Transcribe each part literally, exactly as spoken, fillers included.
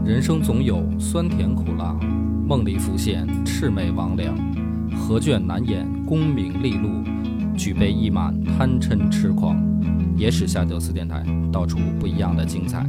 人生总有酸甜苦辣，梦里浮现魑魅魍魉，何卷难掩功名利禄，举杯一满贪嗔痴狂。野史下酒四电台，道出不一样的精彩。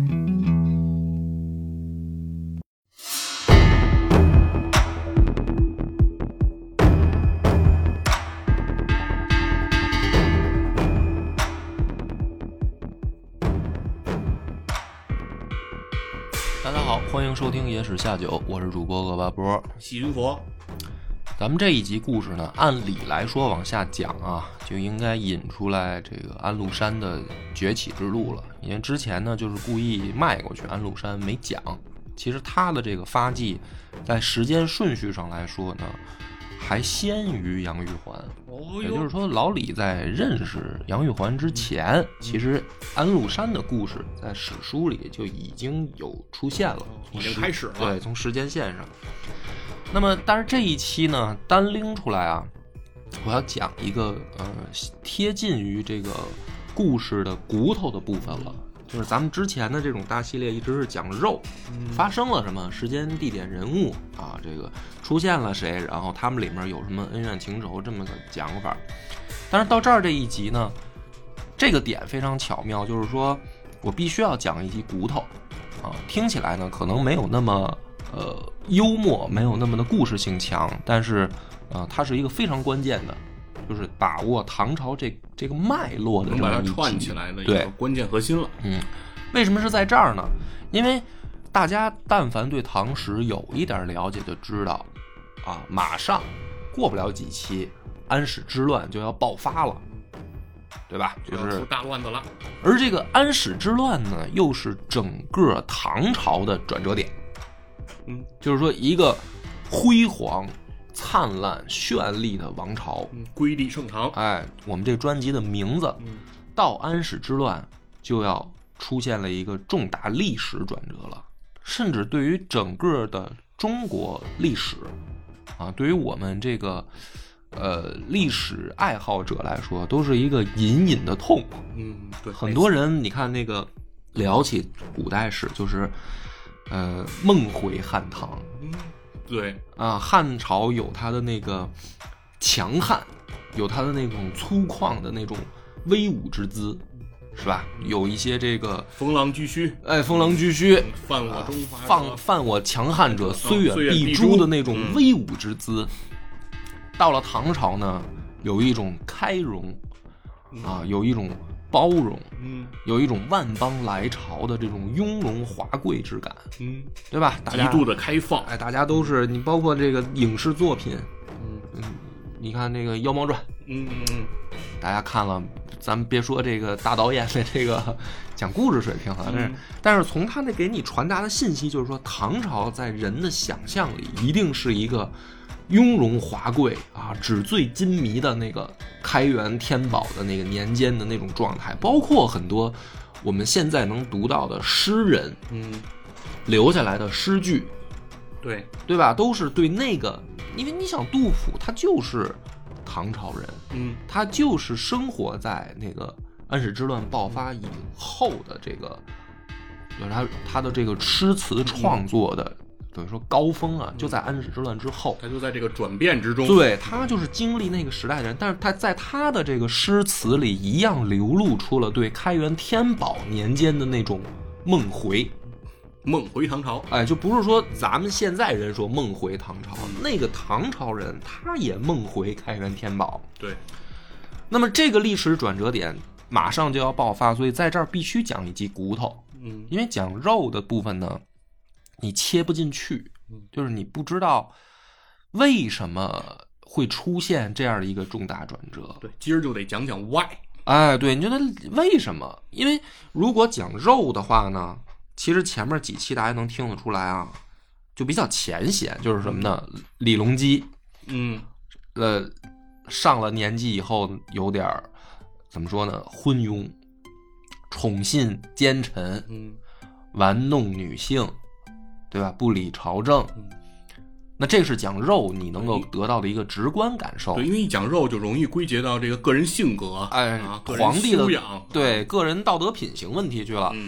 大家好，欢迎收听野史下酒，我是主播恶八波细菌佛。 咱们这一集故事呢，按理来说往下讲啊，就应该引出来这个安禄山的崛起之路了。因为之前呢，就是故意迈过去，安禄山没讲。其实他的这个发迹，在时间顺序上来说呢，还先于杨玉环。 哦， 也就是说，老李在认识杨玉环之前，嗯、其实安禄山的故事在史书里就已经有出现了， 已经开始了。 对，从时间线上。那么，但是这一期呢，单拎出来啊，我要讲一个呃贴近于这个故事的骨头的部分了。就是咱们之前的这种大系列一直是讲肉，嗯、发生了什么，时间、地点、人物啊，这个出现了谁，然后他们里面有什么恩怨情仇这么个讲法。但是到这儿这一集呢，这个点非常巧妙，就是说我必须要讲一集骨头啊，听起来呢可能没有那么呃幽默，没有那么的故事性强，但是呃它是一个非常关键的。就是把握唐朝这这个脉络的这么一集，能把它串起来的一个关键核心了。 嗯，为什么是在这儿呢？因为大家但凡对唐史有一点了解，就知道啊，马上过不了几期，安史之乱就要爆发了，对吧？就是出大乱子了。 而这个安史之乱呢，又是整个唐朝的转折点。 嗯， 就是说一个辉煌、灿烂绚丽的王朝， 嗯，瑰丽盛唐。 哎，我们这个专辑的名字，嗯，到安史之乱就要出现了一个重大历史转折了，甚至对于整个的中国历史啊，对于我们这个呃历史爱好者来说，都是一个隐隐的痛。 嗯，对， 很多人你看那个聊起古代史，就是呃梦回汉唐。 嗯，对啊，汉朝有它的那个强悍，有它的那种粗犷的那种威武之姿，是吧？有一些这个风狼居胥， 哎，风狼居胥， 犯我中华， 犯犯我强悍者，虽远必诛的那种威武之姿。嗯、到了唐朝呢，有一种开容啊，有一种包容， 嗯， 有一种万邦来朝的这种雍容华贵之感， 嗯， 对吧？大家极度的开放， 哎，大家都是你，包括这个影视作品， 嗯嗯，你看这个《妖猫传》， 嗯嗯嗯， 大家看了，咱们别说这个大导演的这个讲故事水平了，但是、嗯、但是从他那给你传达的信息，就是说唐朝在人的想象里一定是一个雍容华贵啊，纸醉金迷的那个开元天宝的那个年间的那种状态，包括很多我们现在能读到的诗人， 嗯， 留下来的诗句， 对对吧？都是对那个，因为你想杜甫他就是唐朝人， 嗯， 他就是生活在那个安史之乱爆发以后的这个，就是他他的这个诗词创作的。嗯，等于说高峰啊，就在安史之乱之后， 他就在这个转变之中。 对，他就是经历那个时代的人，但是他在他的这个诗词里一样流露出了对开元天宝年间的那种梦回， 梦回唐朝。 哎，就不是说咱们现在人说梦回唐朝，嗯、那个唐朝人他也梦回开元天宝。 对， 那么这个历史转折点马上就要爆发，所以在这儿必须讲一集骨头。 嗯， 因为讲肉的部分呢，你切不进去，就是你不知道为什么会出现这样的一个重大转折。 对，今儿就得讲讲 why。 哎，对，你觉得为什么？因为如果讲肉的话呢，其实前面几期大家能听得出来啊，就比较浅显，就是什么呢？李隆基， 嗯， 呃，上了年纪以后有点怎么说呢？昏庸，宠信奸臣， 嗯， 玩弄女性。对吧？不理朝政， 嗯、 那这是讲肉你能够得到的一个直观感受。 对，因为一讲肉就容易归结到这个个人性格， 哎， 啊、 皇帝的修养， 对个人道德品行问题去了。 嗯，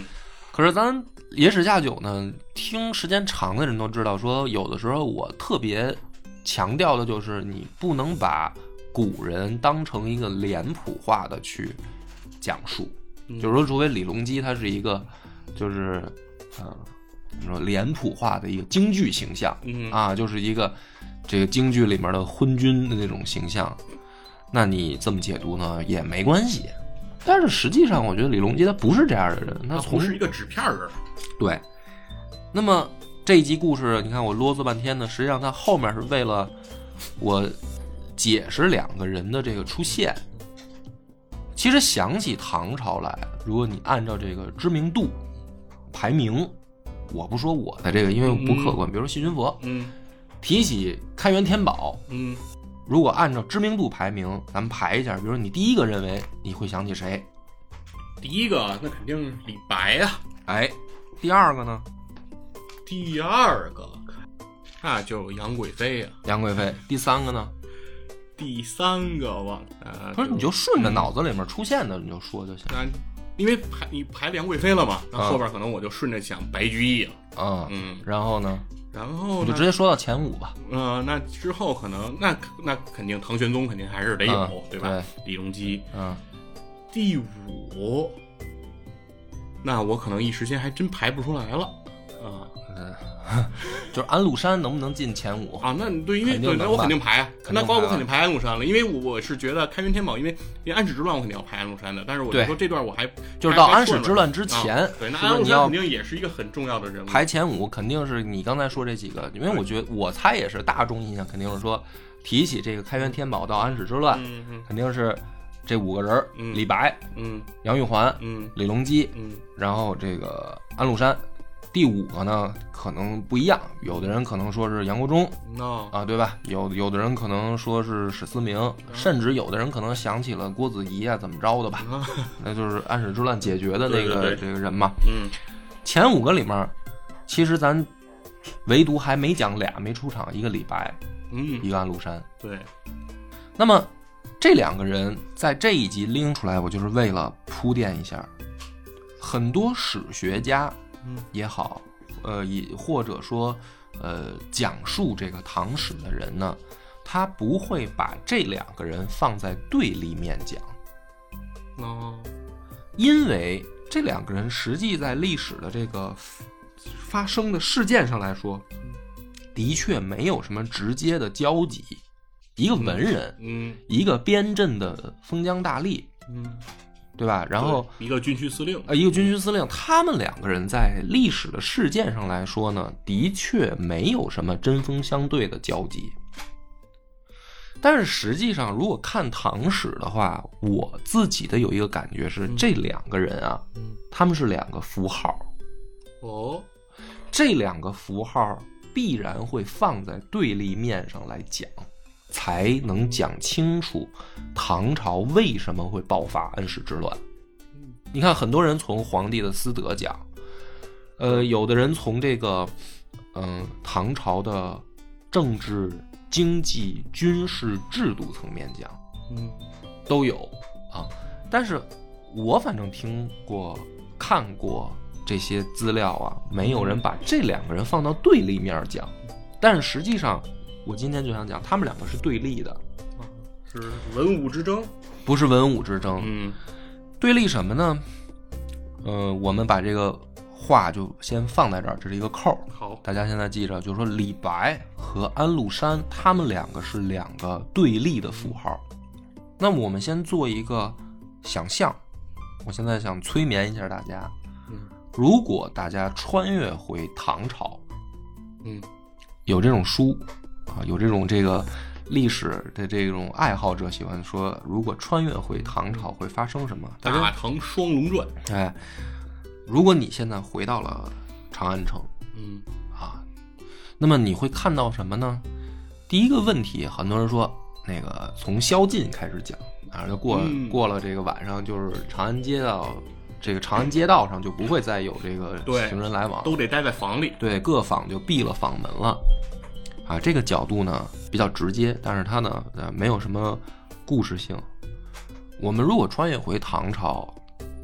可是咱野史下酒呢，听时间长的人都知道，说有的时候我特别强调的就是你不能把古人当成一个脸谱化的去讲述，嗯、就是说，除非李隆基他是一个就是呃怎么说脸谱化的一个京剧形象、嗯、啊，就是一个这个京剧里面的昏君的那种形象，那你这么解读呢也没关系。但是实际上，我觉得李隆基他不是这样的人，他从不是一个纸片人。 对，那么这一集故事，你看我啰嗦半天呢，实际上他后面是为了我解释两个人的这个出现。其实想起唐朝来，如果你按照这个知名度排名，我不说我的这个，因为不客观，嗯、比如说细菌佛， 嗯， 提起开元天宝， 嗯。 如果按照知名度排名，咱们排一下，比如说你第一个认为你会想起谁？ 第一个那肯定李白啊， 哎，第二个呢？ 第二个那就杨贵妃啊， 杨贵妃。第三个呢？ 第三个忘呃， 不是你就顺着脑子里面出现的你就说就行。 那因为排你排杨贵妃了嘛，那后边可能我就顺着想白居易了。 嗯嗯，然后呢？ 然后就直接说到前五吧。 呃，那之后可能那那肯定唐玄宗肯定还是得有， 嗯、 对吧？对李隆基。 嗯。 第五，那我可能一时间还真排不出来了。啊、 嗯，就是安禄山能不能进前五啊？那对，因为对，那我肯定排啊。那光我肯定排安禄山了，因为我我是觉得开元天宝，因为因为安史之乱我肯定要排安禄山的，但是我就说这段我还就是到安史之乱之前， 啊、对，那安禄山肯定也是一个很重要的人物。 排前五肯定是你刚才说这几个，因为我觉得我猜也是大众印象，肯定是说提起这个开元天宝到安史之乱， 嗯嗯、 肯定是这五个人： 嗯、 李白、 嗯、 杨玉环、 嗯、 李隆基， 嗯， 然后这个安禄山。第五个呢，可能不一样，有的人可能说是杨国忠， no. 啊，对吧？有有的人可能说是史思明， no. 甚至有的人可能想起了郭子仪啊，怎么着的吧？ no. 那就是安史之乱解决的那个对对对这个人嘛。 嗯， 前五个里面，其实咱唯独还没讲俩没出场，一个李白， 嗯， 一个安禄山。 对。 那么这两个人在这一集拎出来，我就是为了铺垫一下，很多史学家。也好，呃，也或者说，呃，讲述这个唐史的人呢，他不会把这两个人放在对立面讲， 哦， 因为这两个人实际在历史的这个发生的事件上来说，的确没有什么直接的交集。一个文人， 嗯， 一个边镇的封疆大吏， 嗯。 对吧？然后一个军区司令， 呃，一个军区司令，他们两个人在历史的事件上来说呢，的确没有什么针锋相对的交集。但是实际上，如果看唐史的话，我自己的有一个感觉是， 嗯、 这两个人啊， 嗯、 他们是两个符号。 哦， 这两个符号必然会放在对立面上来讲。才能讲清楚唐朝为什么会爆发安史之乱。你看，很多人从皇帝的私德讲，呃，有的人从这个，嗯、呃，唐朝的政治、经济、军事制度层面讲， 嗯， 都有啊。但是我反正听过、看过这些资料啊，没有人把这两个人放到对立面讲。但是实际上，我今天就想讲，他们两个是对立的， 是文武之争， 不是文武之争。 嗯， 对立什么呢？呃，我们把这个话就先放在这儿，这是一个扣。 好， 大家现在记着，就是说李白和安禄山，他们两个是两个对立的符号。那么我们先做一个想象，我现在想催眠一下大家。 嗯， 如果大家穿越回唐朝， 嗯， 有这种书。啊，有这种这个历史的这种爱好者喜欢说，如果穿越回唐朝会发生什么？ 大唐双龙传。 哎，如果你现在回到了长安城， 嗯啊，那么你会看到什么呢？第一个问题，很多人说那个从宵禁开始讲，啊，就过、嗯、过了这个晚上，就是长安街道。这个长安街道上就不会再有这个行人来往， 都得待在房里。 对，各坊就闭了坊门了。啊，这个角度呢比较直接，但是它呢呃没有什么故事性。我们如果穿越回唐朝，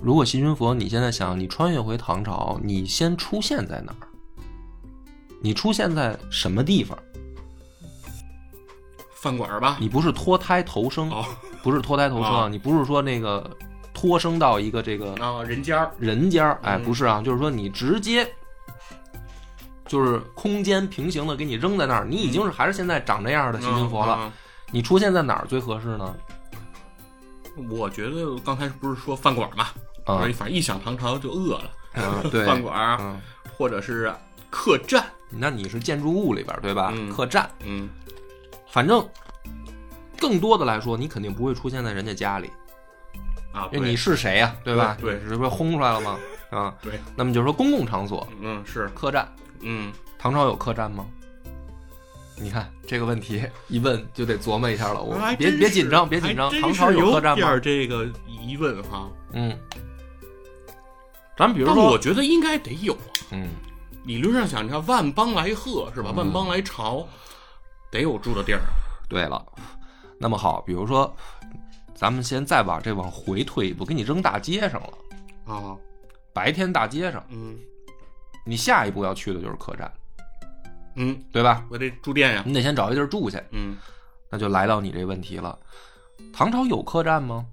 如果细菌佛你现在想你穿越回唐朝，你先出现在哪儿？你出现在什么地方？ 饭馆吧？ 你不是脱胎投生， 哦、 不是脱胎投生、 哦、 你不是说那个脱生到一个这个啊、哦、人家人家，哎，不是啊，就是说你直接就是空间平行的给你扔在那儿，你已经是还是现在长这样的细菌佛了、 嗯嗯、 你出现在哪儿最合适呢？ 我觉得刚才不是说饭馆嘛， 嗯、 反正一想唐朝就饿了， 嗯、对， 饭馆、嗯、或者是客栈。 那你是建筑物里边对吧、 嗯、 客栈， 嗯， 反正更多的来说你肯定不会出现在人家家里啊， 因为你是谁呀、啊、对吧？ 对， 是不是轰出来了吗？啊， 对。 那么就是说公共场所， 嗯，是客栈， 嗯， 唐朝有客栈吗？你看这个问题一问就得琢磨一下了，我别别紧张，别紧张，唐朝有客栈吗？ 有点这个疑问哈， 嗯，咱们比如说， 但我觉得应该得有啊， 嗯。 理论上想，你看万邦来贺是吧？ 嗯、 万邦来朝，得有住的地儿。 对了，那么好，比如说，咱们先再往这往回退一步，给你扔大街上了啊， 白天大街上， 嗯， 你下一步要去的就是客栈， 嗯， 对吧？ 我得住店呀， 你得先找一地儿住去， 嗯， 那就来到你这问题了，唐朝有客栈吗？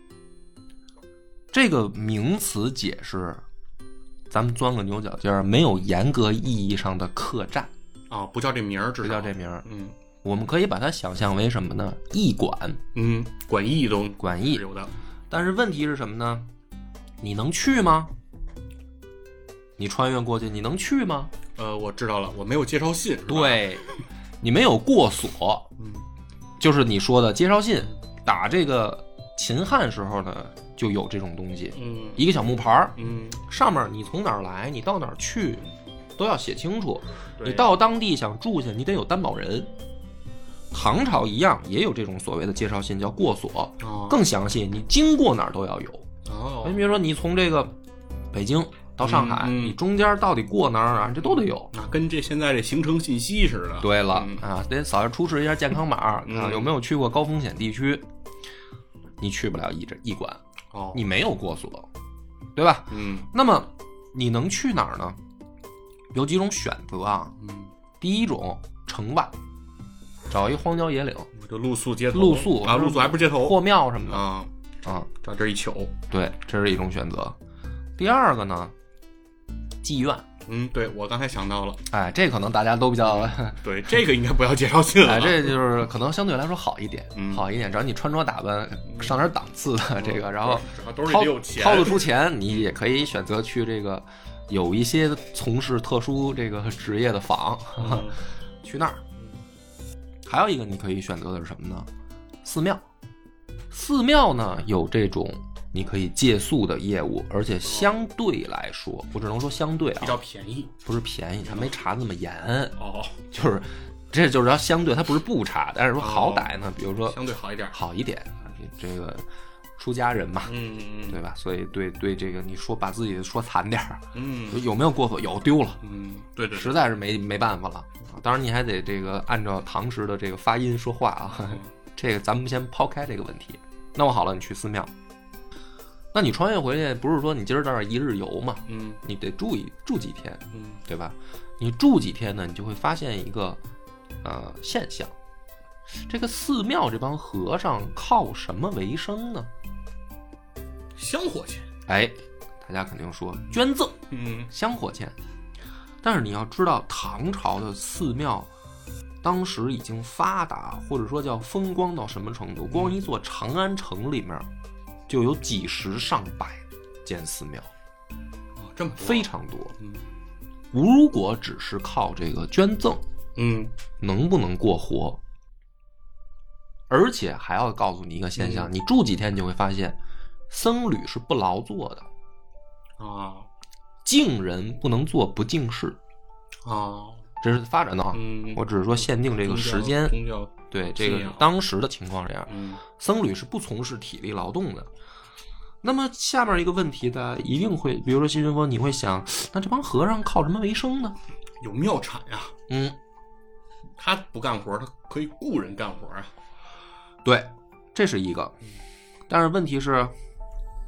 这个名词解释。咱们钻个牛角尖儿，没有严格意义上的客栈啊、哦，不叫这名儿， 不叫这名儿。 嗯， 我们可以把它想象为什么呢？驿馆， 嗯，馆驿都馆驿有的。 但是问题是什么呢？你能去吗？你穿越过去，你能去吗？ 呃，我知道了，我没有介绍信。 对，你没有过所， 嗯， 就是你说的介绍信。打这个秦汉时候呢。就有这种东西， 嗯， 一个小木牌， 嗯， 上面你从哪儿来，你到哪儿去，都要写清楚。你到当地想住下，你得有担保人。唐朝一样也有这种所谓的介绍信，叫过所， 哦、 更详细，你经过哪儿都要有。 哦， 你比如说你从这个北京到上海， 嗯嗯、 你中间到底过哪儿啊？这都得有。 啊，跟这现在这行程信息似的。 对了、 嗯、 啊，得扫出示一下健康码、 嗯、 啊，有没有去过高风险地区？你去不了驿驿馆。 哦， 你没有过所，对吧？ 嗯， 那么你能去哪儿呢？有几种选择啊。 嗯， 第一种城外，找一荒郊野岭， 就露宿街头， 露宿啊，露宿还不是街头， 或庙什么的啊啊， 到这一宿。 对，这是一种选择。第二个呢，妓院。 嗯，对，我刚才想到了， 哎，这可能大家都比较对，这个应该不要介绍信了， 哎，这就是可能相对来说好一点， 嗯、 好一点，只要你穿着打扮上点档次的、嗯、这个，然后都是得有钱， 掏得出钱，你也可以选择去这个有一些从事特殊这个职业的坊， 嗯、 去那儿。还有一个你可以选择的是什么呢？寺庙。寺庙呢有这种你可以借宿的业务，而且相对来说，我只能说相对啊， 比较便宜， 不是便宜，它没查那么严哦， 就是这就是要相对，它不是不查，但是说好歹呢，比如说相对好一点， 好一点，这个出家人嘛， 嗯嗯， 对吧？所以对对这个你说把自己说惨点儿， 嗯， 有没有过错？有，丢了， 嗯，对对， 实在是没没办法了。当然你还得这个按照唐时的这个发音说话啊， 嗯、 这个咱们先抛开这个问题。那么好了，你去寺庙。那你穿越回去不是说你今儿在这儿一日游嘛？ 嗯， 你得住一住几天， 嗯， 对吧？你住几天呢，你就会发现一个呃现象，这个寺庙这帮和尚靠什么为生呢？ 香火钱。 哎，大家肯定说捐赠， 嗯， 香火钱。但是你要知道，唐朝的寺庙当时已经发达，或者说叫风光到什么程度？光一座长安城里面。就有几十上百间寺庙， 哦，这么多， 非常多。 嗯， 如果只是靠这个捐赠， 嗯， 能不能过活？而且还要告诉你一个现象， 嗯、 你住几天你就会发现，僧侣是不劳作的啊， 敬人不能做不敬事啊， 这是发展的啊。 嗯， 我只是说限定这个时间， 宗教对这个当时的情况这样， 嗯， 僧侣是不从事体力劳动的。那么下面一个问题呢，一定会，比如说新云峰，你会想，那这帮和尚靠什么为生呢？ 有庙产呀， 嗯， 他不干活，他可以雇人干活啊。 对，这是一个。但是问题是，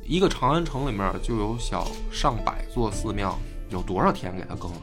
一个长安城里面就有小上百座寺庙，有多少田给它耕了？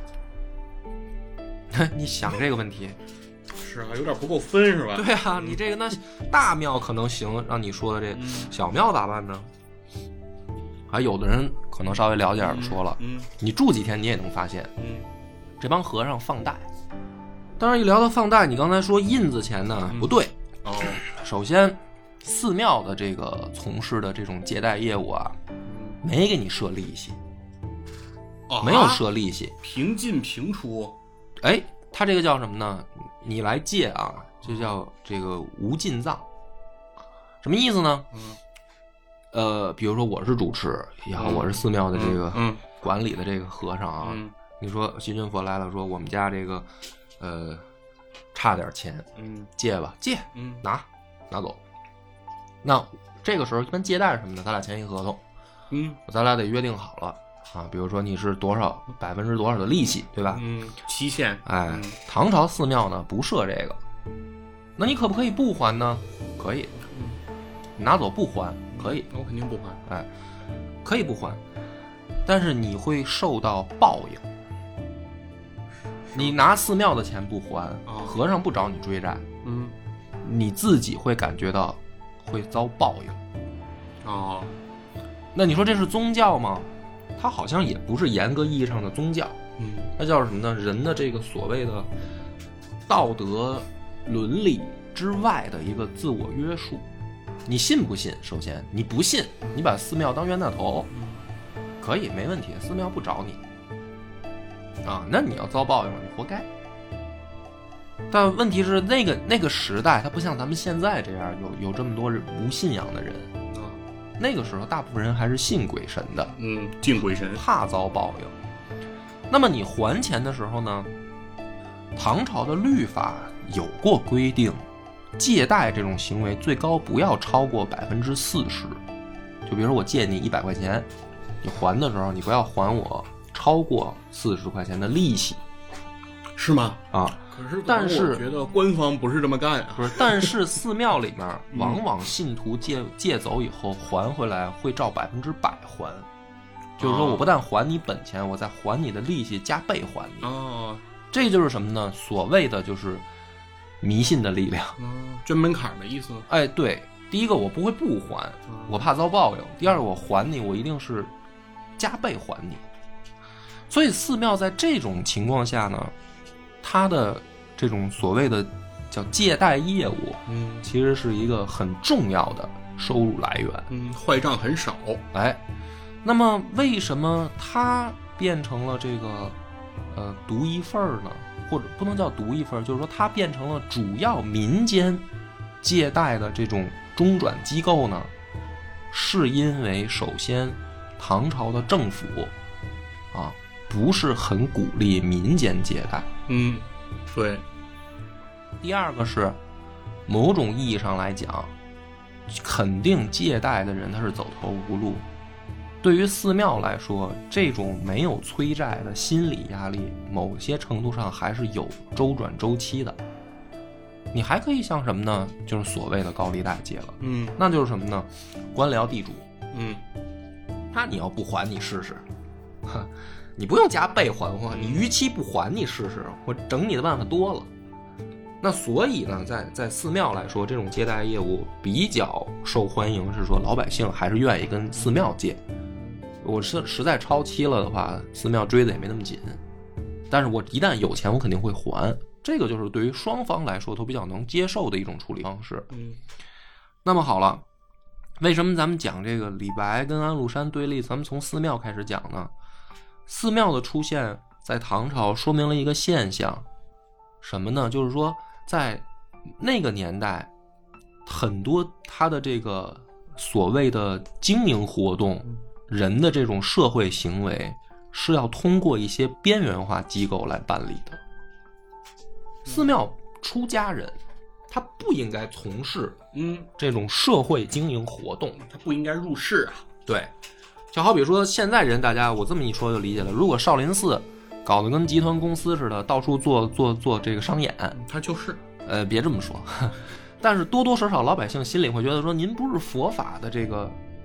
你想这个问题。 是啊，有点不够分是吧？ 对啊，你这个那大庙可能行，让你说的这小庙咋办呢？还有的人可能稍微了解点说了， 嗯， 你住几天你也能发现， 嗯， 这帮和尚放贷。当然一聊到放贷，你刚才说印子钱呢，不对。 哦， 首先寺庙的这个从事的这种借贷业务啊，没给你设利息， 哦、 没有设利息， 平进平出。 哎，他这个叫什么呢？你来借啊，就叫这个无尽藏。什么意思呢？ 嗯， 呃，比如说我是主持也好，我是寺庙的这个管理的这个和尚啊， 嗯、 你说西真佛来了，说我们家这个呃差点钱， 嗯， 借吧，借， 嗯， 拿拿走。那这个时候一般借贷是什么呢？咱俩签一合同， 嗯， 咱俩得约定好了啊，比如说你是多少百分之多少的利息，对吧？ 嗯，期限。 哎， 嗯、 唐朝寺庙呢不设这个，那你可不可以不还呢？可以，你拿走不还可以， 我肯定不还。 哎，可以不还，但是你会受到报应。你拿寺庙的钱不还， 哦、 和尚不找你追债， 嗯， 你自己会感觉到会遭报应。 哦， 那你说这是宗教吗？它好像也不是严格意义上的宗教， 嗯， 它叫什么呢？人的这个所谓的道德伦理之外的一个自我约束。你信不信？首先你不信，你把寺庙当冤大头，可以没问题，寺庙不找你啊，那你要遭报应了，你活该。但问题是那个那个时代，它不像咱们现在这样有有这么多无信仰的人啊。那个时候，大部分人还是信鬼神的， 嗯，敬鬼神， 怕遭报应。那么你还钱的时候呢？唐朝的律法有过规定，借贷这种行为最高不要超过百分之四十。就比如说我借你一百块钱，你还的时候你不要还我超过四十块钱的利息， 是吗？ 啊。 可是， 但是我觉得官方不是这么干啊。 不是，但是寺庙里面往往信徒借借走以后还回来会照百分之百还，就是说我不但还你本钱，我再还你的利息加倍还你。 哦， 这就是什么呢？所谓的就是迷信的力量， 嗯，捐门槛的意思。 哎，对，第一个我不会不还，我怕遭报应；第二个我还你，我一定是加倍还你。所以寺庙在这种情况下呢，它的这种所谓的叫借贷业务， 嗯， 其实是一个很重要的收入来源， 嗯，坏账很少。 哎，那么为什么它变成了这个呃独一份呢？或者不能叫独一份，就是说它变成了主要民间借贷的这种中转机构呢？是因为首先唐朝的政府啊不是很鼓励民间借贷， 嗯，对。 第二个是某种意义上来讲，肯定借贷的人他是走投无路。对于寺庙来说，这种没有催债的心理压力，某些程度上还是有周转周期的。你还可以像什么呢？就是所谓的高利贷借了， 嗯， 那就是什么呢？官僚地主， 嗯， 那你要不还你试试，你不用加倍还还，你逾期不还你试试，我整你的办法多了。那所以呢，在在寺庙来说，这种借贷业务比较受欢迎，是说老百姓还是愿意跟寺庙借。我是实在超期了的话，寺庙追的也没那么紧，但是我一旦有钱，我肯定会还。这个就是对于双方来说都比较能接受的一种处理方式。 嗯， 那么好了，为什么咱们讲这个李白跟安禄山对立，咱们从寺庙开始讲呢？寺庙的出现在唐朝说明了一个现象，什么呢？就是说在那个年代，很多他的这个所谓的经营活动，人的这种社会行为是要通过一些边缘化机构来办理的。寺庙出家人他不应该从事嗯这种社会经营活动， 他不应该入世啊。 对，就好比说现在人，大家我这么一说就理解了。如果少林寺搞得跟集团公司似的，到处做做做这个商演， 他就是呃，别这么说。但是多多少少老百姓心里会觉得说，您不是佛法的这个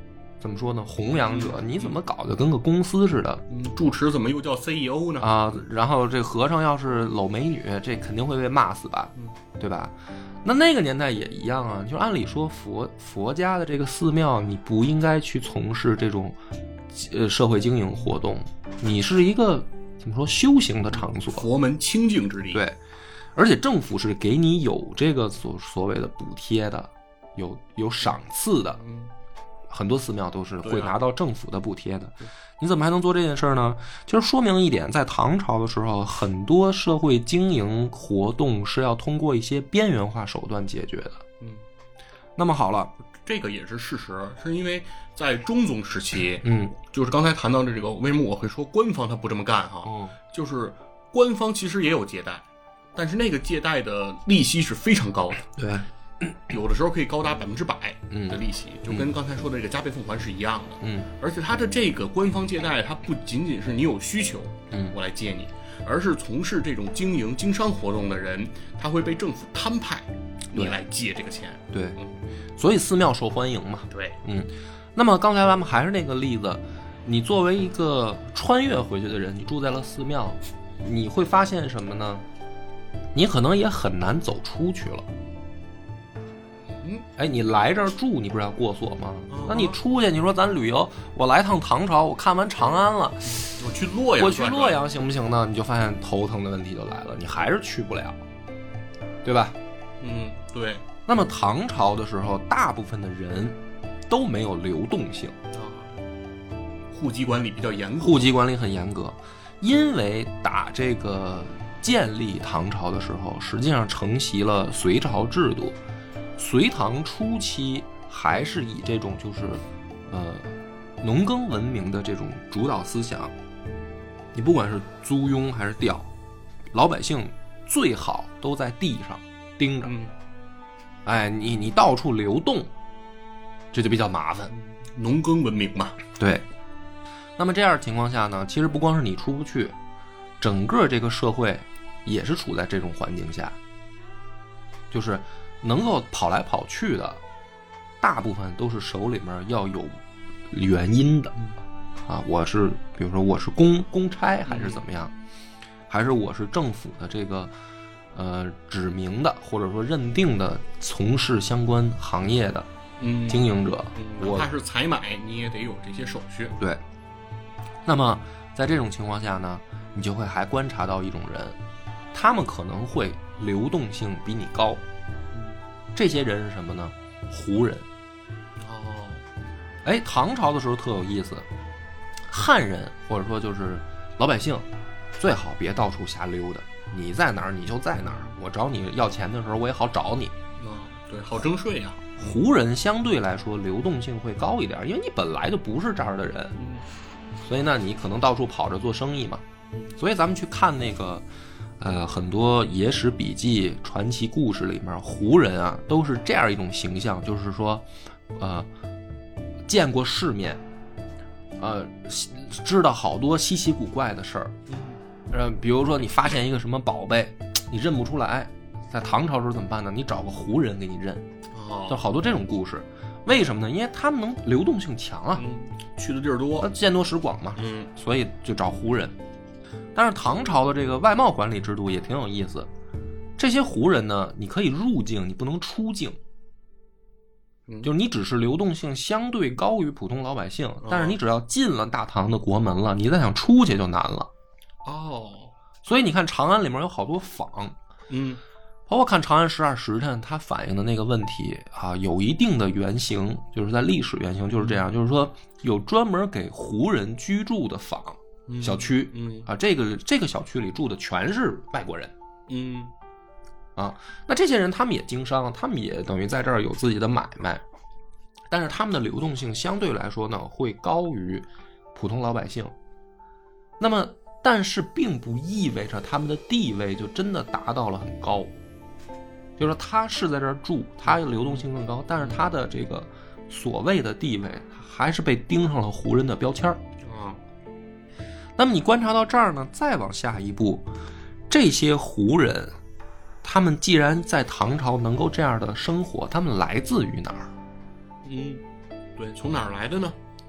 怎么说呢？弘扬者，你怎么搞得跟个公司似的？ 嗯，住持怎么又叫 C E O 呢？ 啊，然后这和尚要是搂美女，这肯定会被骂死吧？对吧？那那个年代也一样啊，就按理说佛佛家的这个寺庙，你不应该去从事这种呃社会经营活动，你是一个怎么说修行的场所， 佛门清净之地。 对，而且政府是给你有这个所所谓的补贴的，有有赏赐的。 嗯， 很多寺庙都是会拿到政府的补贴的，你怎么还能做这件事呢？就是说明一点，在唐朝的时候，很多社会经营活动是要通过一些边缘化手段解决的。 嗯， 那么好了， 这个也是事实，是因为在中宗时期， 嗯， 就是刚才谈到的这个，为什么我会说官方他不这么干哈？ 嗯， 就是官方其实也有借贷，但是那个借贷的利息是非常高的。 对。 有的时候可以高达百分之百的利息， 嗯、 就跟刚才说的这个加倍奉还是一样的。 嗯， 而且它的这个官方借贷，它不仅仅是你有需求， 嗯， 我来借你，而是从事这种经营经商活动的人，他会被政府摊派，你来借这个钱。 对，嗯、所以寺庙受欢迎嘛。 对， 嗯。那么刚才咱们还是那个例子，你作为一个穿越回去的人，你住在了寺庙，你会发现什么呢？你可能也很难走出去了。 嗯， 哎，你来这儿住，你不是要过锁吗？ 嗯、 那你出去，你说咱旅游，我来趟唐朝，我看完长安了， 我去洛阳， 我去洛阳行不行呢？你就发现头疼的问题就来了，你还是去不了，对吧？ 嗯，对。 那么唐朝的时候，大部分的人都没有流动性啊，户籍管理比较严格， 户籍管理很严格，因为打这个建立唐朝的时候，实际上承袭了隋朝制度。隋唐初期还是以这种就是呃农耕文明的这种主导思想，你不管是租庸还是调，老百姓最好都在地上盯着。 嗯， 哎，你你到处流动，这就比较麻烦。 农耕文明嘛。 对。那么这样的情况下呢，其实不光是你出不去，整个这个社会也是处在这种环境下，就是能够跑来跑去的，大部分都是手里面要有原因的啊。我是比如说我是公公差还是怎么样，还是我是政府的这个呃指明的或者说认定的从事相关行业的经营者， 嗯，哪怕是采买你也得有这些手续。 对。那么在这种情况下呢，你就会还观察到一种人，他们可能会流动性比你高。这些人是什么呢？胡人。 哦， 哎，唐朝的时候特有意思，汉人或者说就是老百姓，最好别到处瞎溜达，你在哪儿你就在哪儿，我找你要钱的时候我也好找你。 哦，对，好征税呀。 胡人相对来说流动性会高一点，因为你本来就不是这儿的人， 嗯， 所以呢你可能到处跑着做生意嘛。所以咱们去看那个呃，很多野史笔记、传奇故事里面，胡人啊，都是这样一种形象，就是说，呃，见过世面，呃，知道好多稀奇古怪的事儿，呃，比如说你发现一个什么宝贝，你认不出来，在唐朝时候怎么办呢？你找个胡人给你认， 哦， 就好多这种故事。为什么呢？因为他们能流动性强啊， 嗯，去的地儿多， 见多识广嘛， 嗯， 所以就找胡人。但是唐朝的这个外贸管理制度也挺有意思，这些胡人呢，你可以入境，你不能出境，就是你只是流动性相对高于普通老百姓，但是你只要进了大唐的国门了，你再想出去就难了。 哦， 所以你看长安里面有好多坊， 嗯， 包括看长安十二时辰，它反映的那个问题啊，有一定的原型，就是在历史原型就是这样，就是说有专门给胡人居住的坊。小区， 嗯啊，这个这个小区里住的全是外国人， 嗯， 啊，那这些人他们也经商，他们也等于在这儿有自己的买卖，但是他们的流动性相对来说呢会高于普通老百姓。那么，但是并不意味着他们的地位就真的达到了很高，就是说他是在这儿住，他流动性更高，但是他的这个所谓的地位还是被钉上了胡人的标签儿。那么你观察到这儿呢，再往下一步，这些胡人，他们既然在唐朝能够这样的生活，他们来自于哪儿？ 嗯，对，从哪儿来的呢？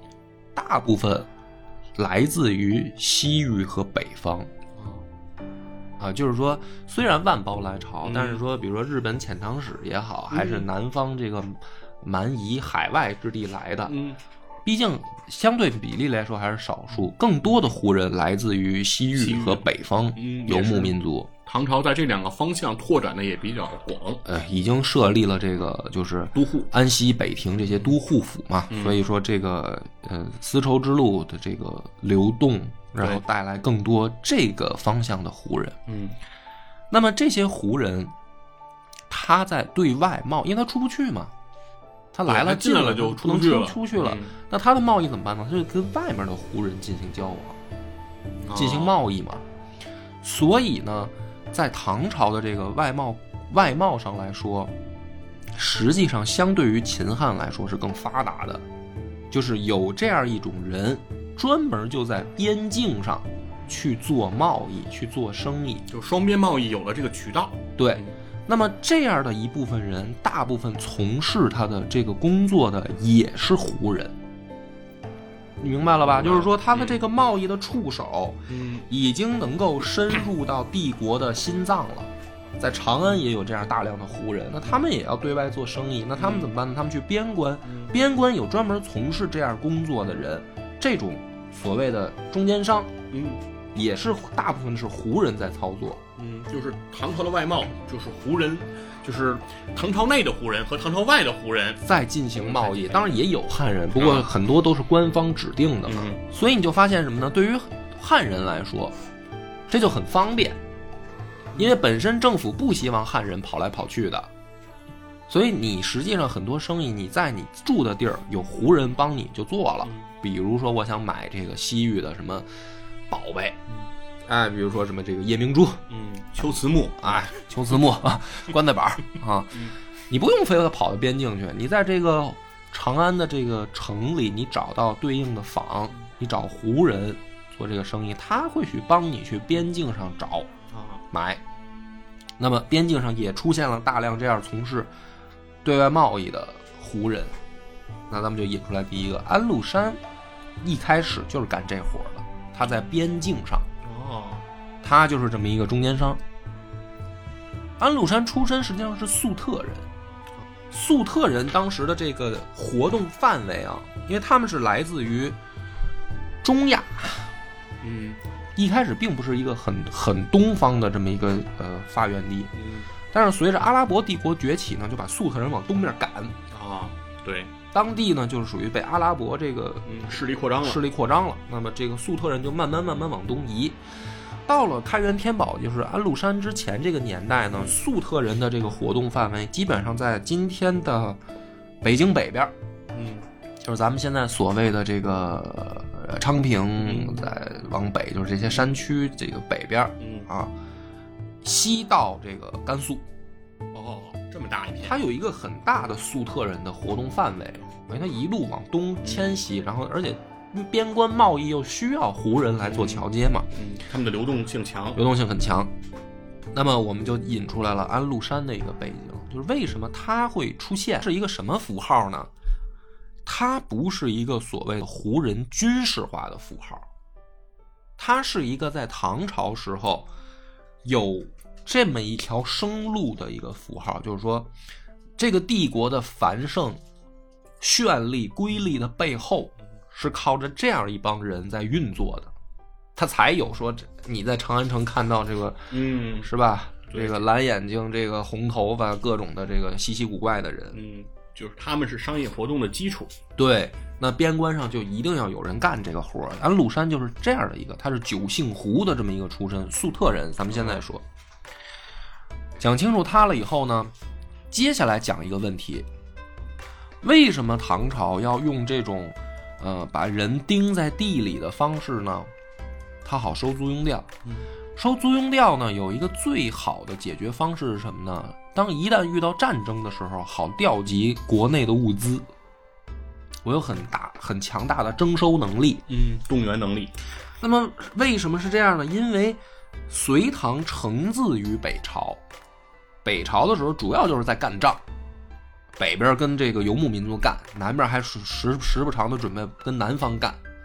大部分来自于西域和北方。啊，就是说，虽然万邦来朝， 嗯、 但是说，比如说日本遣唐使也好，还是南方这个蛮夷海外之地来的， 嗯， 毕竟相对比例来说还是少数，更多的胡人来自于西域和北方游牧民族。 嗯、唐朝在这两个方向拓展的也比较广， 呃，已经设立了这个就是都护、 安西、北庭这些都护府嘛， 嗯、 所以说这个呃丝绸之路的这个流动。然后带来更多这个方向的胡人。 嗯， 那么这些胡人，他在对外贸易，因为他出不去嘛，他来了进来了就不能出去了， 出去了。 嗯、 那他的贸易怎么办呢？就是跟外面的胡人进行交往， 哦、 进行贸易嘛。所以呢，在唐朝的这个外贸外贸上来说，实际上相对于秦汉来说是更发达的，就是有这样一种人。专门就在边境上去做贸易，去做生意， 就双边贸易有了这个渠道。 对，嗯、那么这样的一部分人，大部分从事他的这个工作的也是胡人，你明白了吧？嗯、就是说，他的这个贸易的触手， 嗯， 已经能够深入到帝国的心脏了。在长安也有这样大量的胡人，那他们也要对外做生意，那他们怎么办呢？他们去边关，边关有专门从事这样工作的人。这种所谓的中间商， 嗯， 也是大部分是胡人在操作， 嗯，就是唐朝的外贸，就是胡人，就是唐朝内的胡人和唐朝外的胡人在进行贸易。当然也有汉人，不过很多都是官方指定的嘛。 嗯、 所以你就发现什么呢？对于汉人来说，这就很方便，因为本身政府不希望汉人跑来跑去的。所以你实际上很多生意，你在你住的地儿有胡人帮你就做了。 嗯、 比如说，我想买这个西域的什么宝贝，哎，比如说什么这个夜明珠， 嗯，秋瓷木， 哎，秋瓷木啊，棺材板啊， 嗯、 你不用非得跑到边境去，你在这个长安的这个城里，你找到对应的坊，你找胡人做这个生意，他会去帮你去边境上找啊买。那么边境上也出现了大量这样从事对外贸易的胡人，那咱们就引出来第一个安禄山，一开始就是干这活的，他在边境上， 哦， 他就是这么一个中间商。安禄山出身实际上是粟特人，粟特人当时的这个活动范围啊，因为他们是来自于中亚， 嗯， 一开始并不是一个很很东方的这么一个呃发源地， 嗯， 但是随着阿拉伯帝国崛起呢，就把粟特人往东边赶啊，对， 当地呢就是属于被阿拉伯这个嗯势力扩张了， 势力扩张了。那么这个粟特人就慢慢慢慢往东移，到了开元天宝，就是安禄山之前这个年代呢，粟特人的这个活动范围基本上在今天的北京北边， 嗯， 就是咱们现在所谓的这个昌平，再往北就是这些山区这个北边， 嗯啊，西到这个甘肃。 哦，这么大一片， 它有一个很大的粟特人的活动范围，因为它一路往东迁徙，然后而且边关贸易又需要胡人来做桥接嘛， 嗯，他们的流动性强， 流动性很强。那么我们就引出来了安禄山的一个背景，就是为什么他会出现，是一个什么符号呢？它不是一个所谓的胡人军事化的符号，它是一个在唐朝时候有这么一条生路的一个符号，就是说这个帝国的繁盛绚丽瑰丽的背后是靠着这样一帮人在运作的，他才有说你在长安城看到这个嗯是吧，这个蓝眼睛，这个红头发，各种的这个稀奇古怪的人， 嗯，就是他们是商业活动的基础。 对，那边关上就一定要有人干这个活。安禄山就是这样的一个，他是九姓胡的这么一个出身，粟特人。咱们现在说讲清楚他了以后呢，接下来讲一个问题，为什么唐朝要用这种呃把人钉在地里的方式呢？他好收租庸调。 嗯， 收租庸调呢，有一个最好的解决方式是什么呢？当一旦遇到战争的时候，好调集国内的物资，我有很大很强大的征收能力， 嗯，动员能力。 那么为什么是这样呢？因为隋唐承自于北朝，北朝的时候主要就是在干仗，北边跟这个游牧民族干，南边还时时不常的准备跟南方干。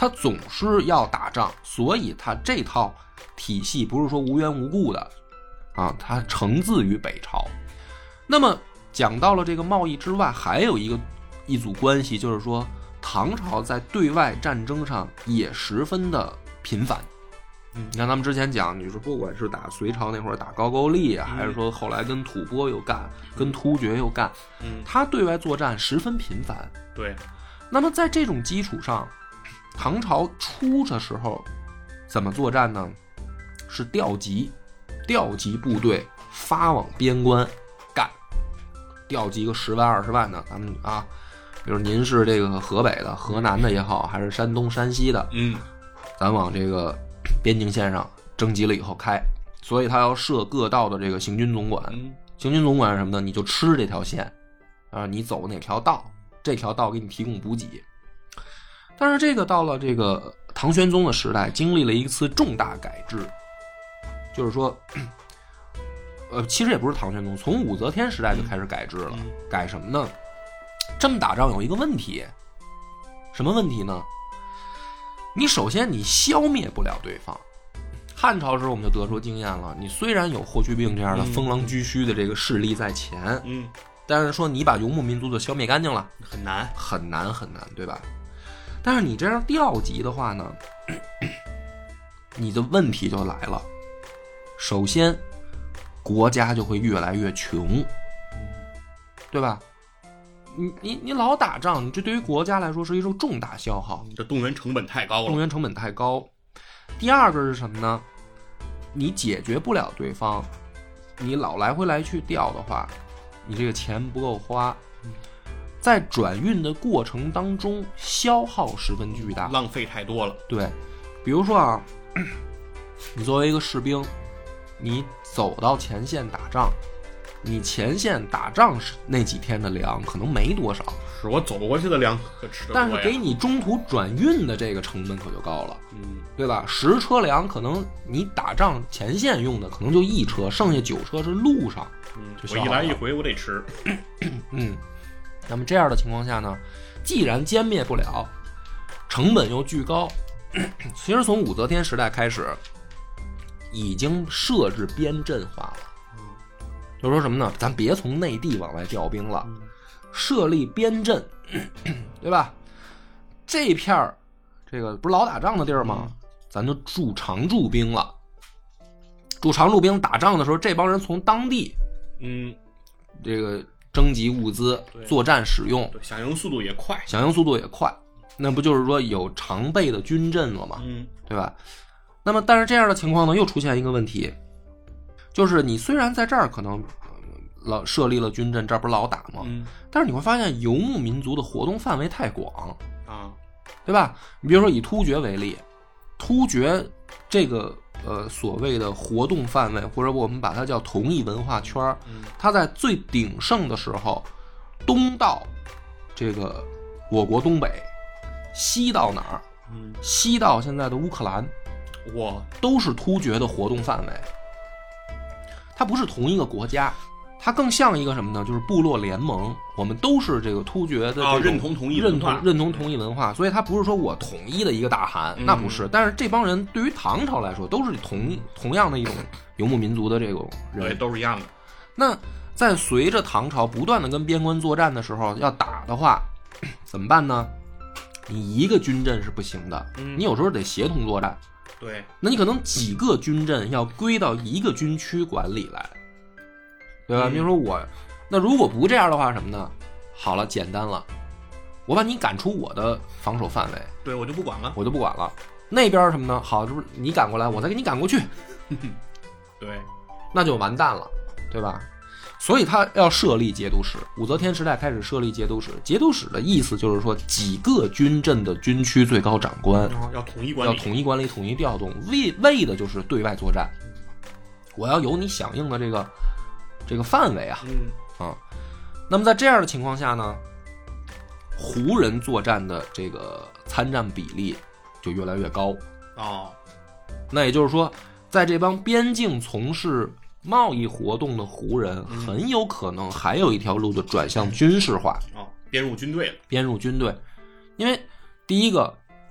他总是要打仗，所以他这套体系不是说无缘无故的啊，它承自于北朝。那么讲到了这个贸易之外，还有一个一组关系，就是说唐朝在对外战争上也十分的频繁。 嗯， 你看咱们之前讲，你说不管是打隋朝那会儿打高句丽啊，嗯、还是说后来跟吐蕃又干，跟突厥又干， 嗯， 他对外作战十分频繁。 对， 那么在这种基础上，唐朝初的时候怎么作战呢？是调集，调集部队发往边关干，调集个十万二十万的，咱们啊，比如您是这个河北的、河南的也好，还是山东、山西的， 嗯， 咱往这个边境线上征集了以后开，所以他要设各道的这个行军总管。 嗯， 行军总管是什么呢？你就吃这条线啊，你走哪条道，这条道给你提供补给。但是这个到了这个唐玄宗的时代，经历了一次重大改制，就是说，呃，其实也不是唐玄宗，从武则天时代就开始改制了。 嗯、 改什么呢？这么打仗有一个问题，什么问题呢？你首先你消灭不了对方。汉朝时候我们就得出经验了，你虽然有霍去病这样的封狼居胥的这个势力在前， 嗯， 但是说你把游牧民族就消灭干净了， 很难， 很难很难，对吧？但是你这样调集的话呢，你的问题就来了。首先，国家就会越来越穷，对吧？你你你老打仗，这对于国家来说是一种重大消耗， 这动员成本太高了。 动员成本太高。第二个是什么呢？你解决不了对方，你老来回来去调的话，你这个钱不够花。在转运的过程当中，消耗十分巨大， 浪费太多了。 对，比如说啊，你作为一个士兵，你走到前线打仗，你前线打仗那几天的粮可能没多少， 是我走过去的粮可吃得多呀， 但是给你中途转运的这个成本可就高了， 嗯， 对吧？十车粮可能你打仗前线用的可能就一车，剩下九车是路上， 嗯， 就我一来一回我得吃， 嗯。那么这样的情况下呢，既然歼灭不了，成本又巨高，其实从武则天时代开始，已经设置边镇化了。就是说什么呢？咱别从内地往外调兵了，设立边镇，对吧？这片儿，这个不是老打仗的地儿吗？咱就驻常驻兵了。驻常驻兵打仗的时候，这帮人从当地， 嗯， 这个。征集物资，作战使用， 对，响应速度也快， 响应速度也快，那不就是说有常备的军阵了吗？ 嗯， 对吧？那么，但是这样的情况呢，又出现一个问题，就是你虽然在这儿可能老设立了军阵，这儿不是老打吗？ 嗯， 但是你会发现游牧民族的活动范围太广啊， 对吧？你比如说以突厥为例，突厥这个。呃，所谓的活动范围，或者我们把它叫同一文化圈， 嗯， 它在最鼎盛的时候，东到这个我国东北，西到哪儿？ 嗯， 西到现在的乌克兰， 哇， 都是突厥的活动范围。它不是同一个国家，它更像一个什么呢？就是部落联盟。我们都是这个突厥的、 哦、认同同一文化，认同认同同一文化，所以它不是说我统一的一个大汗， 嗯、 那不是。但是这帮人对于唐朝来说，都是同同样的一种游牧民族的这种人， 对，都是一样的。 那在随着唐朝不断的跟边关作战的时候，要打的话，怎么办呢？你一个军阵是不行的， 嗯、 你有时候得协同作战。 对， 那你可能几个军阵要归到一个军区管理来，对吧？比如说我。那如果不这样的话，什么呢？好了，简单了，我把你赶出我的防守范围， 对我就不管了， 我就不管了。那边什么呢？好，就是你赶过来，我再给你赶过去， 对， 那就完蛋了，对吧？所以他要设立节度使。武则天时代开始设立节度使，节度使的意思就是说，几个军阵的军区最高长官、 哦、要统一管理， 要统一管理、统一调动，为为的就是对外作战。我要有你响应的这个这个范围啊。 嗯。 啊，那么在这样的情况下呢，胡人作战的这个参战比例就越来越高哦。 那也就是说，在这帮边境从事贸易活动的胡人， 嗯、 很有可能还有一条路就转向军事化哦，编入军队了。 编入军队，因为第一个，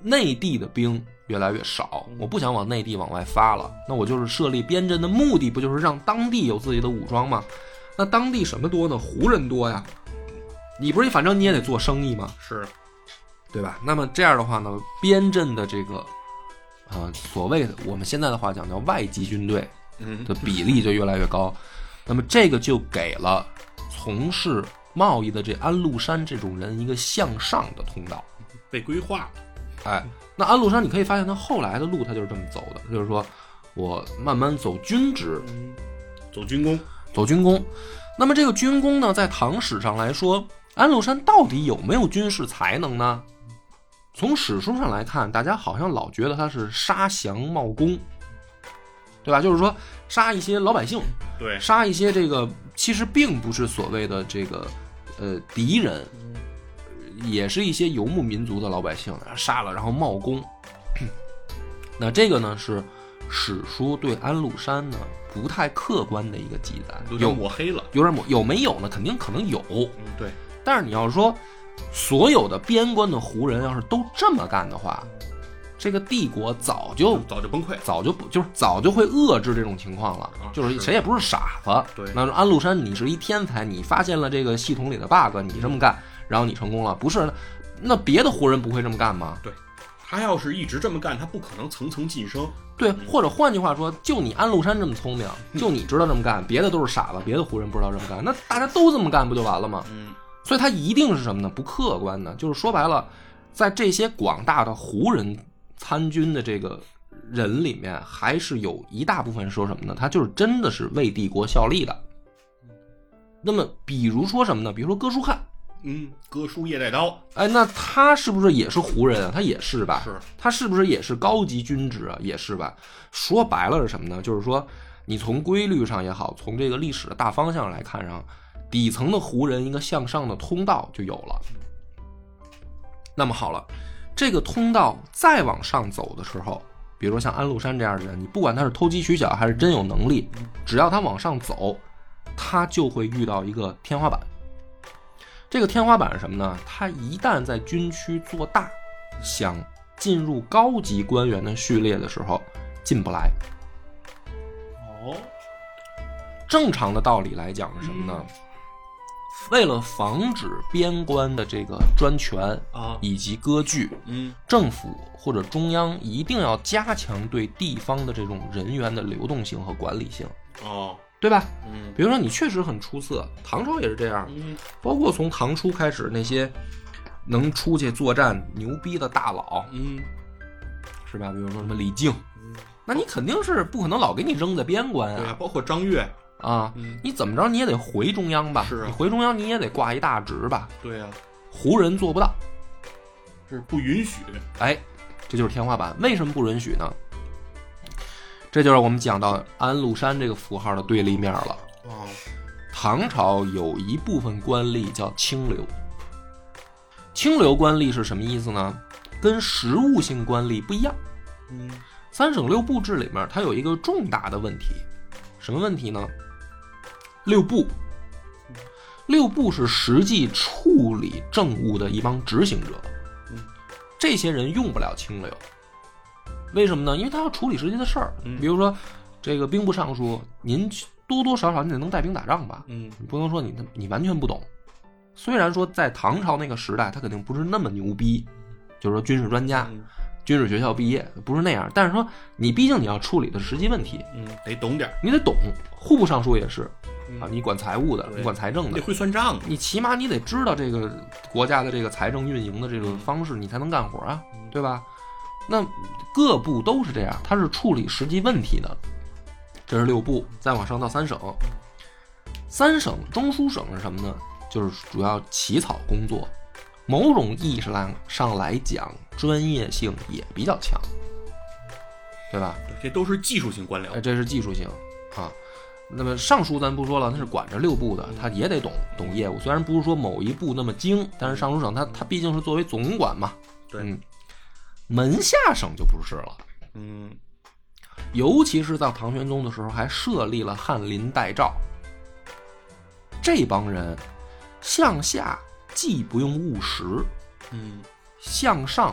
内地的兵越来越少，我不想往内地往外发了，那我就是设立边镇的目的不就是让当地有自己的武装吗？那当地什么多呢？胡人多呀，你不是反正你也得做生意吗？ 是， 对吧？那么这样的话呢，边镇的这个呃所谓的我们现在的话讲叫外籍军队的比例就越来越高，那么这个就给了从事贸易的这安禄山这种人一个向上的通道， 被规划了。 哎，那安禄山你可以发现他后来的路他就是这么走的，就是说我慢慢走军职， 嗯，走军功， 走军功。那么这个军功呢，在唐史上来说，安禄山到底有没有军事才能呢？从史书上来看，大家好像老觉得他是杀降冒功，对吧？就是说杀一些老百姓， 对， 杀一些这个其实并不是所谓的这个呃敌人，也是一些游牧民族的老百姓杀了然后冒功。那这个呢是史书对安禄山呢不太客观的一个记载， 有点抹黑了， 有点抹有没有呢？肯定可能有， 嗯，对。 但是你要说所有的边关的胡人要是都这么干的话，这个帝国早就早就崩溃， 早就就是早就会遏制这种情况了， 啊、 就是谁也不是傻子。 对， 那安禄山你是一天才，你发现了这个系统里的 bug， 你这么干，然后你成功了，不是？那别的胡人不会这么干吗？ 对，他要是一直这么干，他不可能层层晋升。 对，或者换句话说，就你安禄山这么聪明，就你知道这么干，别的都是傻子，别的胡人不知道这么干，那大家都这么干不就完了吗？ 嗯， 所以他一定是什么呢？不客观的，就是说白了，在这些广大的胡人参军的这个人里面，还是有一大部分说什么呢？他就是真的是为帝国效力的。那么，比如说什么呢？比如说哥舒翰， 嗯，哥舒夜带刀， 哎，那他是不是也是胡人啊？他也是吧？ 是。 他是不是也是高级军职啊？也是吧？说白了是什么呢？就是说，你从规律上也好，从这个历史的大方向来看上，底层的胡人一个向上的通道就有了。那么好了，这个通道再往上走的时候，比如说像安禄山这样的人，你不管他是投机取巧还是真有能力，只要他往上走，他就会遇到一个天花板。这个天花板是什么呢？他一旦在军区做大，想进入高级官员的序列的时候，进不来。 哦， 正常的道理来讲是什么呢？嗯、为了防止边关的这个专权啊以及割据， 嗯， 政府或者中央一定要加强对地方的这种人员的流动性和管理性。 哦。 对吧？ 嗯， 比如说你确实很出色，唐朝也是这样， 嗯， 包括从唐初开始，那些能出去作战牛逼的大佬， 嗯， 是吧？比如说什么李靖，嗯，那你肯定是不可能老给你扔在边关啊， 对啊，包括张悦啊， 嗯， 你怎么着你也得回中央吧？ 是啊， 你回中央你也得挂一大职吧？ 对啊， 胡人做不到， 是不允许。 哎，这就是天花板。为什么不允许呢？这就是我们讲到安禄山这个符号的对立面了。 哦， 唐朝有一部分官吏叫清流，清流官吏是什么意思呢？跟实务性官吏不一样。 嗯， 三省六部制里面它有一个重大的问题，什么问题呢？六部，六部是实际处理政务的一帮执行者，这些人用不了清流。为什么呢？因为他要处理实际的事儿，比如说这个兵部尚书，您多多少少你得能带兵打仗吧， 嗯， 你不能说你你完全不懂。虽然说在唐朝那个时代，他肯定不是那么牛逼，就是说军事专家、嗯、军事学校毕业不是那样，但是说你毕竟你要处理的实际问题， 嗯，得懂点， 你得懂。户部尚书也是、嗯、啊，你管财务的，你管财政的， 你得会算账， 你起码你得知道这个国家的这个财政运营的这个方式，你才能干活啊， 嗯、 对吧？那各部都是这样，它是处理实际问题的。这是六部，再往上到三省。三省中书省是什么呢？就是主要起草工作，某种意义上来讲，专业性也比较强，对吧？ 这都是技术性官僚， 这是技术性啊。那么尚书咱不说了，那是管着六部的，他也得懂懂业务。虽然不是说某一部那么精，但是尚书省他他毕竟是作为总管嘛。 对。 嗯，门下省就不是了。 嗯， 尤其是在唐玄宗的时候，还设立了翰林待诏。这帮人向下既不用务实， 嗯， 向上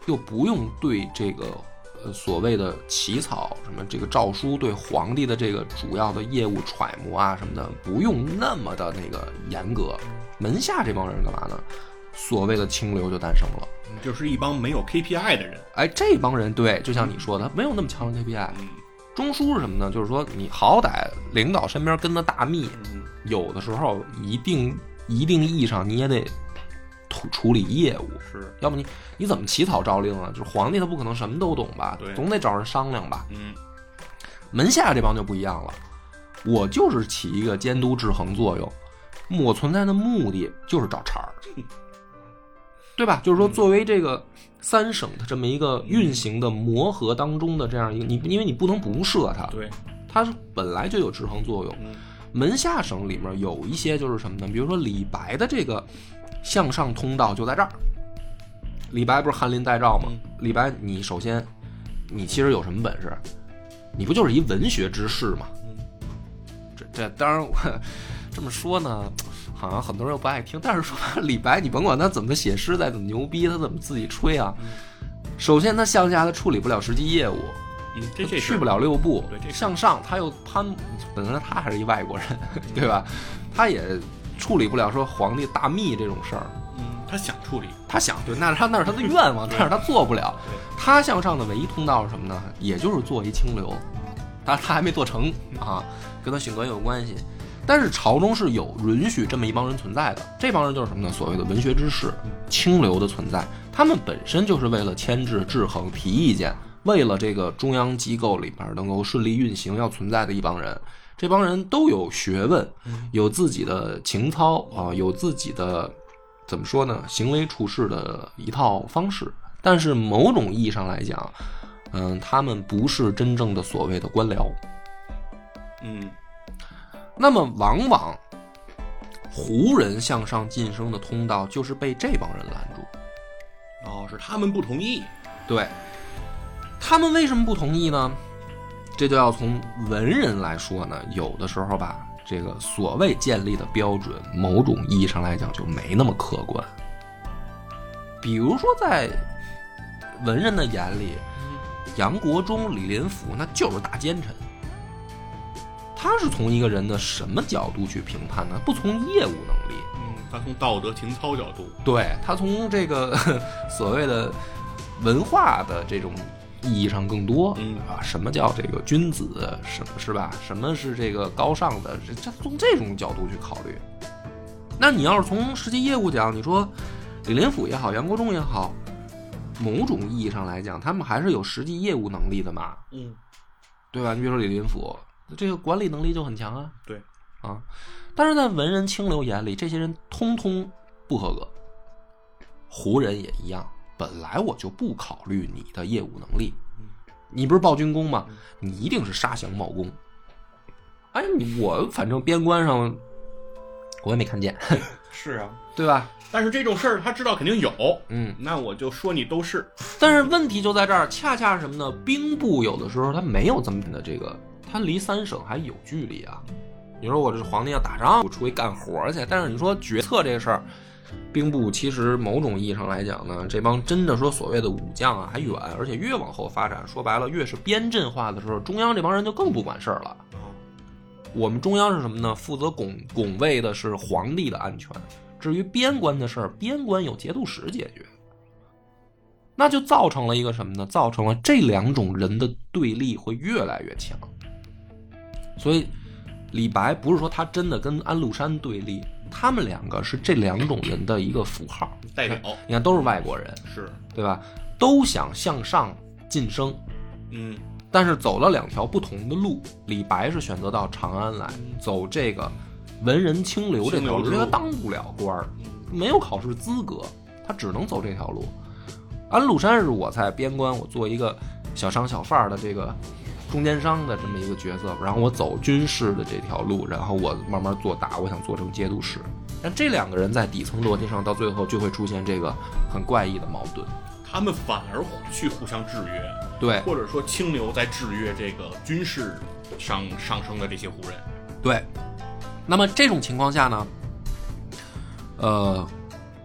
又不用对这个呃所谓的起草什么这个诏书对皇帝的这个主要的业务揣摩啊什么的，不用那么的那个严格。门下这帮人干嘛呢？所谓的清流就诞生了， 就是一帮没有 K P I 的人。 哎，这帮人对，就像你说的，没有那么强的 K P I。 嗯， 中枢是什么呢？就是说你好歹领导身边跟的大秘， 嗯， 有的时候一定一定意义上你也得处理业务， 是， 要不你你怎么起草诏令啊？就是皇帝他不可能什么都懂吧， 对， 总得找人商量吧。 嗯， 门下这帮就不一样了，我就是起一个监督制衡作用，我存在的目的就是找茬儿，对吧？就是说作为这个三省的这么一个运行的磨合当中的这样一个，你因为你不能不设它， 对， 它是本来就有制衡作用。 嗯， 门下省里面有一些就是什么呢？比如说李白的这个向上通道就在这儿。李白不是翰林待诏吗？ 嗯， 李白，你首先，你其实有什么本事？你不就是一文学之士吗？ 嗯， 这这当然我这么说呢，好像很多人又不爱听。但是说李白，你甭管他怎么写诗再怎么牛逼，他怎么自己吹啊？ 嗯， 首先他向下他处理不了实际业务。 嗯，这这去不了六步， 对，这向上他又攀，本来他还是一外国人，对吧？他也处理不了说皇帝大秘这种事儿。 嗯，他想处理， 他想对，那是他那是他的愿望，但是他做不了。他向上的唯一通道是什么呢？也就是做一清流，但是他还没做成啊，跟他性格也有关系。但是朝中是有允许这么一帮人存在的，这帮人就是什么呢？所谓的文学之士，清流的存在，他们本身就是为了牵制、制衡、提意见。为了这个中央机构里边能够顺利运行要存在的一帮人，这帮人都有学问，有自己的情操啊，有自己的怎么说呢，行为处事的一套方式。但是某种意义上来讲，嗯，他们不是真正的所谓的官僚。 嗯， 那么往往胡人向上晋升的通道就是被这帮人拦住。 哦，是他们不同意。 对。他们为什么不同意呢？这就要从文人来说呢，有的时候吧，这个所谓建立的标准，某种意义上来讲就没那么客观。比如说在文人的眼里，杨国忠、李林甫那就是大奸臣。他是从一个人的什么角度去评判呢？不从业务能力， 嗯，他从道德情操角度， 对，他从这个所谓的文化的这种意义上更多， 嗯啊，什么叫这个君子，什么是吧？什么是这个高尚的？这这从这种角度去考虑。那你要是从实际业务讲，你说李林甫也好，杨国忠也好，某种意义上来讲，他们还是有实际业务能力的嘛， 嗯， 对吧？你比如说李林甫，这个管理能力就很强啊， 对， 啊，但是在文人清流眼里，这些人通通不合格。胡人也一样。本来我就不考虑你的业务能力，你不是报军功吗？你一定是杀降冒功。哎，你我反正边关上我也没看见， 是啊， 对吧？ 但是这种事儿他知道肯定有， 嗯， 那我就说你都是。 但是问题就在这儿，恰恰是什么呢？兵部有的时候他没有这么的这个，他离三省还有距离啊。你说我这皇帝要打仗，我出去干活去，但是你说决策这个事儿。兵部其实某种意义上来讲呢，这帮真的说所谓的武将啊还远，而且越往后发展，说白了越是边镇化的时候，中央这帮人就更不管事儿了。我们中央是什么呢？负责拱拱卫的是皇帝的安全，至于边关的事儿，边关有节度使解决。那就造成了一个什么呢？造成了这两种人的对立会越来越强。所以李白不是说他真的跟安禄山对立，他们两个是这两种人的一个符号代表。 你看都是外国人， 是对吧？都想向上晋升， 嗯， 但是走了两条不同的路。李白是选择到长安来，走这个文人清流这条路，因为他当不了官，没有考试资格，他只能走这条路。安禄山是我在边关，我做一个小商小贩的这个中间商的这么一个角色，然后我走军事的这条路，然后我慢慢做大，我想做成节度使。但这两个人在底层逻辑上到最后就会出现这个很怪异的矛盾， 他们反而去互相制约， 对， 或者说清流在制约这个军事上上升的这些胡人， 对。那么这种情况下呢，呃，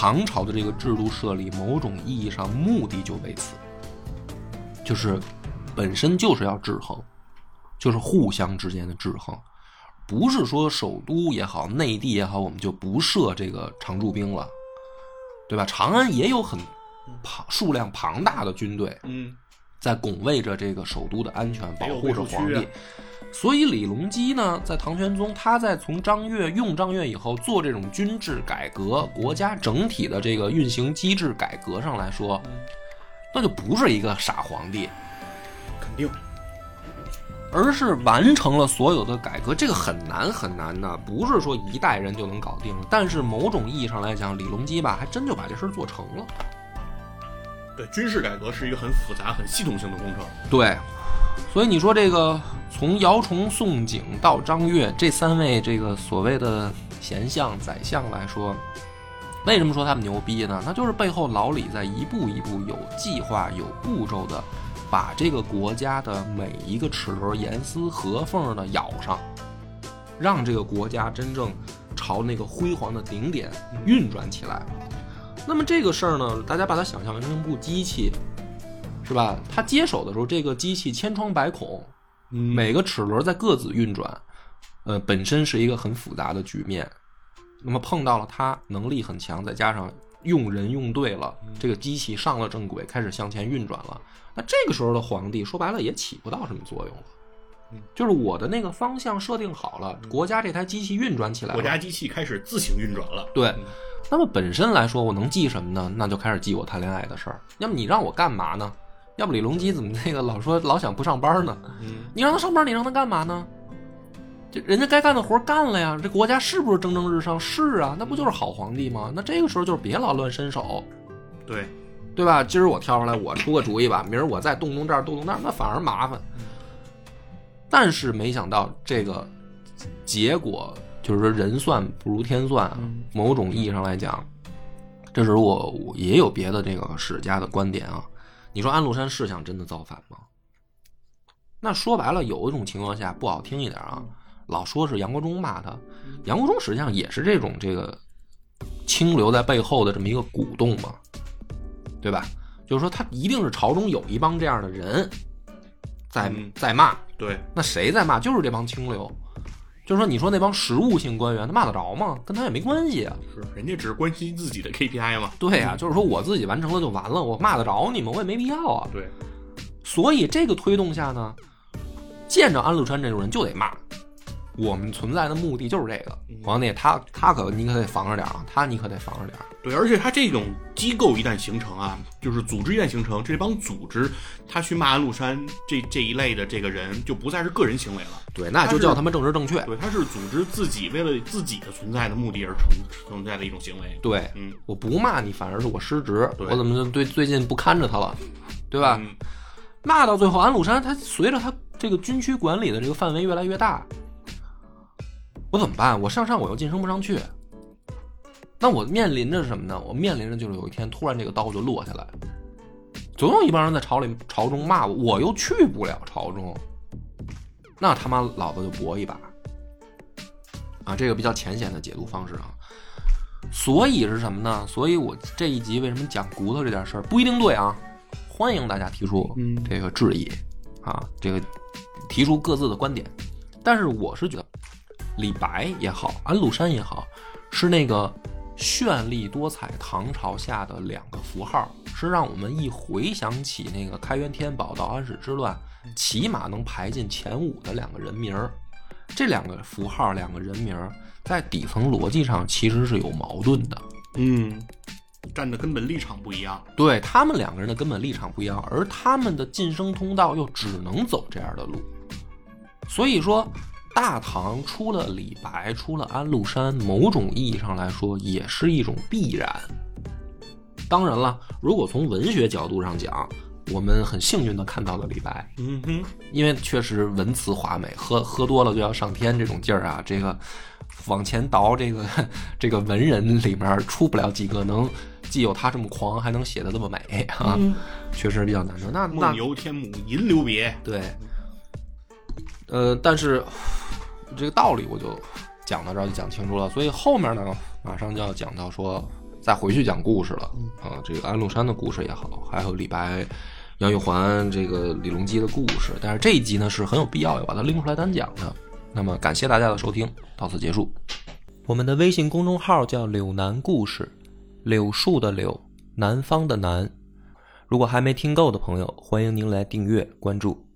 唐朝的这个制度设立，某种意义上目的就为此，就是本身就是要制衡，就是互相之间的制衡，不是说首都也好，内地也好，我们就不设这个常驻兵了，对吧？长安也有很庞数量庞大的军队， 嗯， 在拱卫着这个首都的安全，保护着皇帝。 啊、 所以李隆基呢，在唐玄宗他在从张悦用张悦以后做这种军制改革，国家整体的这个运行机制改革上来说，那就不是一个傻皇帝， 肯定， 而是完成了所有的改革。这个很难很难的，不是说一代人就能搞定。但是某种意义上来讲，李隆基吧，还真就把这事做成了。 对，军事改革是一个很复杂、很系统性的工程。 对，所以你说这个从姚崇、宋璟到张悦这三位这个所谓的贤相、宰相来说，为什么说他们牛逼呢？那就是背后老李在一步一步有计划、有步骤的把这个国家的每一个齿轮、严丝合缝的咬上，让这个国家真正朝那个辉煌的顶点运转起来。那么这个事儿呢，大家把它想象成一部机器，是吧？它接手的时候，这个机器千疮百孔，每个齿轮在各自运转，呃，本身是一个很复杂的局面。那么碰到了它能力很强，再加上用人用对了，这个机器上了正轨，开始向前运转了。那这个时候的皇帝说白了也起不到什么作用了。就是我的那个方向设定好了，国家这台机器运转起来了， 国家机器开始自行运转了。 对，那么本身来说，我能记什么呢？那就开始记我谈恋爱的事儿。要么你让我干嘛呢？要不李隆基怎么那个老说老想不上班呢？嗯，你让他上班，你让他干嘛呢？这人家该干的活干了呀，这国家是不是蒸蒸日上？是啊，那不就是好皇帝吗？那这个时候就是别老乱伸手， 对， 对吧？今儿我跳出来，我出个主意吧，明儿我再动动这儿动动那儿，那反而麻烦。但是没想到这个结果就是说人算不如天算啊。某种意义上来讲，这是我我也有别的这个史家的观点啊。你说安禄山是想真的造反吗？那说白了，有一种情况下不好听一点啊，老说是杨国忠骂他，杨国忠实际上也是这种这个清流在背后的这么一个鼓动嘛，对吧？就是说他一定是朝中有一帮这样的人在、嗯、在骂。 对， 那谁在骂？就是这帮清流。就是说，你说那帮实务性官员，他骂得着吗？跟他也没关系啊。 是，人家只是关心自己的 K P I 嘛。 对啊，就是说我自己完成了就完了，我骂得着你们，我也没必要啊。 对。 所以这个推动下呢，见着安禄山这种人就得骂。我们存在的目的就是这个，皇帝他他可你可得防着点啊，他你可得防着点。 对，而且他这种机构一旦形成啊，就是组织一旦形成，这帮组织他去骂安禄山这这一类的这个人，就不再是个人行为了。 对，那就叫他们政治正确。 对，他是组织自己为了自己的存在的目的而存存在的一种行为。 对，嗯，我不骂你，反而是我失职， 我怎么就对最近不看着他了，对吧？ 嗯、 骂到最后，安禄山他随着他这个军区管理的这个范围越来越大。我怎么办？我上上我又晋升不上去，那我面临着什么呢？我面临着就是有一天突然这个刀就落下来，总有一帮人在朝里朝中骂我，我又去不了朝中，那他妈老子就搏一把啊！这个比较浅显的解读方式啊。所以是什么呢？所以我这一集为什么讲骨头这件事儿不一定对啊？欢迎大家提出这个质疑啊，这个提出各自的观点，但是我是觉得。李白也好，安禄山也好，是那个绚丽多彩唐朝下的两个符号，是让我们一回想起那个开元天宝到安史之乱，起码能排进前五的两个人名。这两个符号，两个人名，在底层逻辑上其实是有矛盾的。 嗯，站的根本立场不一样。 对，他们两个人的根本立场不一样，而他们的晋升通道又只能走这样的路。所以说大唐出了李白，出了安禄山，某种意义上来说也是一种必然。当然了，如果从文学角度上讲，我们很幸运的看到了李白， 嗯哼， 因为确实文辞华美，喝喝多了就要上天这种劲儿啊，这个往前倒，这个这个文人里面出不了几个能既有他这么狂，还能写得这么美啊，嗯、确实比较难得。那梦游天姥吟留别， 对，呃，但是。这个道理我就讲到这儿就讲清楚了，所以后面呢马上就要讲到说再回去讲故事了啊，这个安禄山的故事也好，还有李白、杨玉环这个李隆基的故事，但是这一集呢是很有必要要把它拎出来单讲的。那么感谢大家的收听，到此结束。我们的微信公众号叫柳南故事，柳树的柳，南方的南。如果还没听够的朋友，欢迎您来订阅关注。